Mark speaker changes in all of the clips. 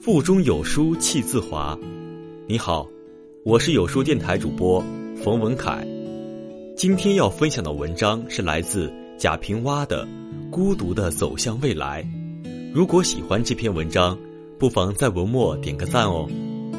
Speaker 1: 腹中有书气自华。你好，我是有书电台主播冯文凯。今天要分享的文章是来自贾平凹的《孤独的走向未来》。如果喜欢这篇文章，不妨在文末点个赞哦。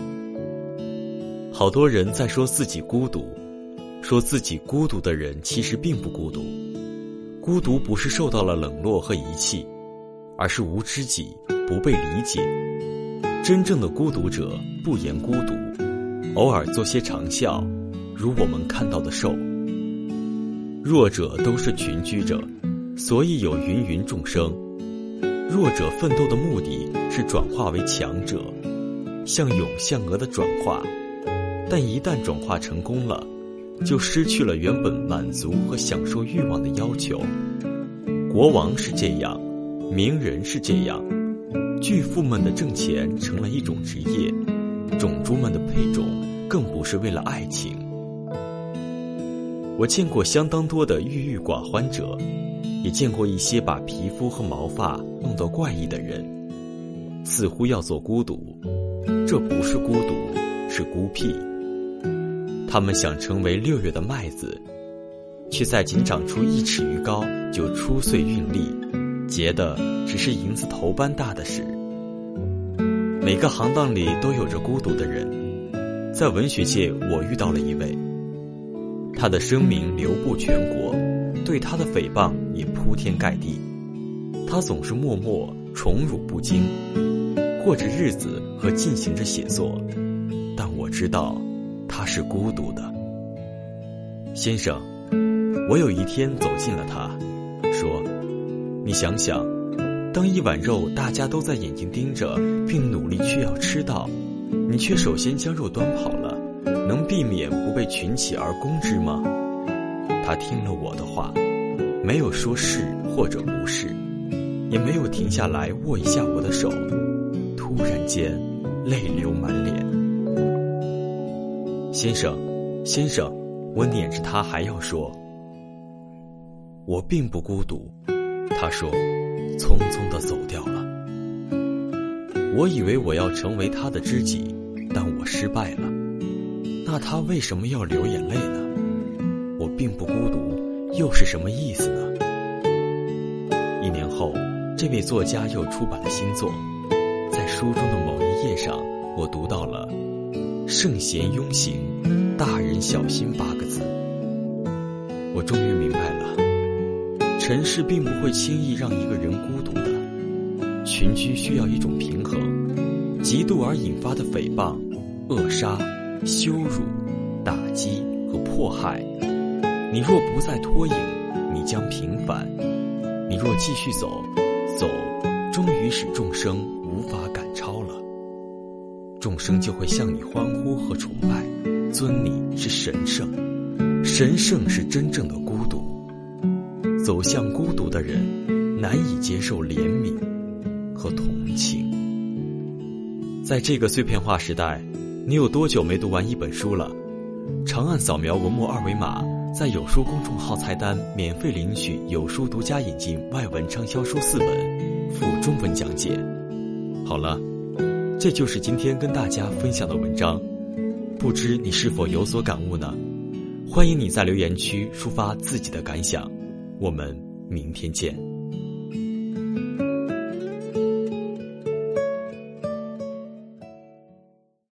Speaker 1: 好多人在说自己孤独，说自己孤独的人其实并不孤独。孤独不是受到了冷落和遗弃，而是无知己，不被理解。真正的孤独者不言孤独，偶尔做些长啸，如我们看到的兽。弱者都是群居者，所以有芸芸众生。弱者奋斗的目的是转化为强者，向勇向鹅的转化，但一旦转化成功了，就失去了原本满足和享受欲望的要求。国王是这样，名人是这样，巨富们的挣钱成了一种职业，种猪们的配种更不是为了爱情。我见过相当多的郁郁寡欢者，也见过一些把皮肤和毛发弄得怪异的人，似乎要做孤独。这不是孤独，是孤僻。他们想成为6月的麦子，却在仅长出1尺余高就出穗运粒，结的只是蝇子头般大的屎。每个行当里都有着孤独的人，在文学界我遇到了一位，他的声名流布全国，对他的诽谤也铺天盖地。他总是默默宠辱不惊，过着日子和进行着写作，但我知道他是孤独的。先生，我有一天走近了他，说，你想想，当一碗肉大家都在眼睛盯着，并努力却要吃到，你却首先将肉端跑了，能避免不被群起而攻之吗？他听了我的话，没有说是或者不是，也没有停下来握一下我的手，突然间泪流满脸。先生，先生，我撵着他还要说，我并不孤独。他说，匆匆地走掉了。我以为我要成为他的知己，但我失败了。那他为什么要流眼泪呢？我并不孤独，又是什么意思呢？1年后，这位作家又出版了新作，在书中的某一页上，我读到了圣贤庸行，大人小心8个字。我终于明白了，尘世并不会轻易让一个人孤独的，群居需要一种平衡，极度而引发的诽谤、扼杀、羞辱、打击和迫害，你若不再拖影，你将平凡；你若继续走，终于使众生无法赶超了。众生就会向你欢呼和崇拜，尊你是神圣，神圣是真正的孤独。走向孤独的人，难以接受怜悯和同情。在这个碎片化时代，你有多久没读完一本书了？长按扫描文末2维码，在有书公众号菜单免费领取有书独家引进外文畅销书4本，附中文讲解。好了，这就是今天跟大家分享的文章，不知你是否有所感悟呢？欢迎你在留言区抒发自己的感想，我们明天见。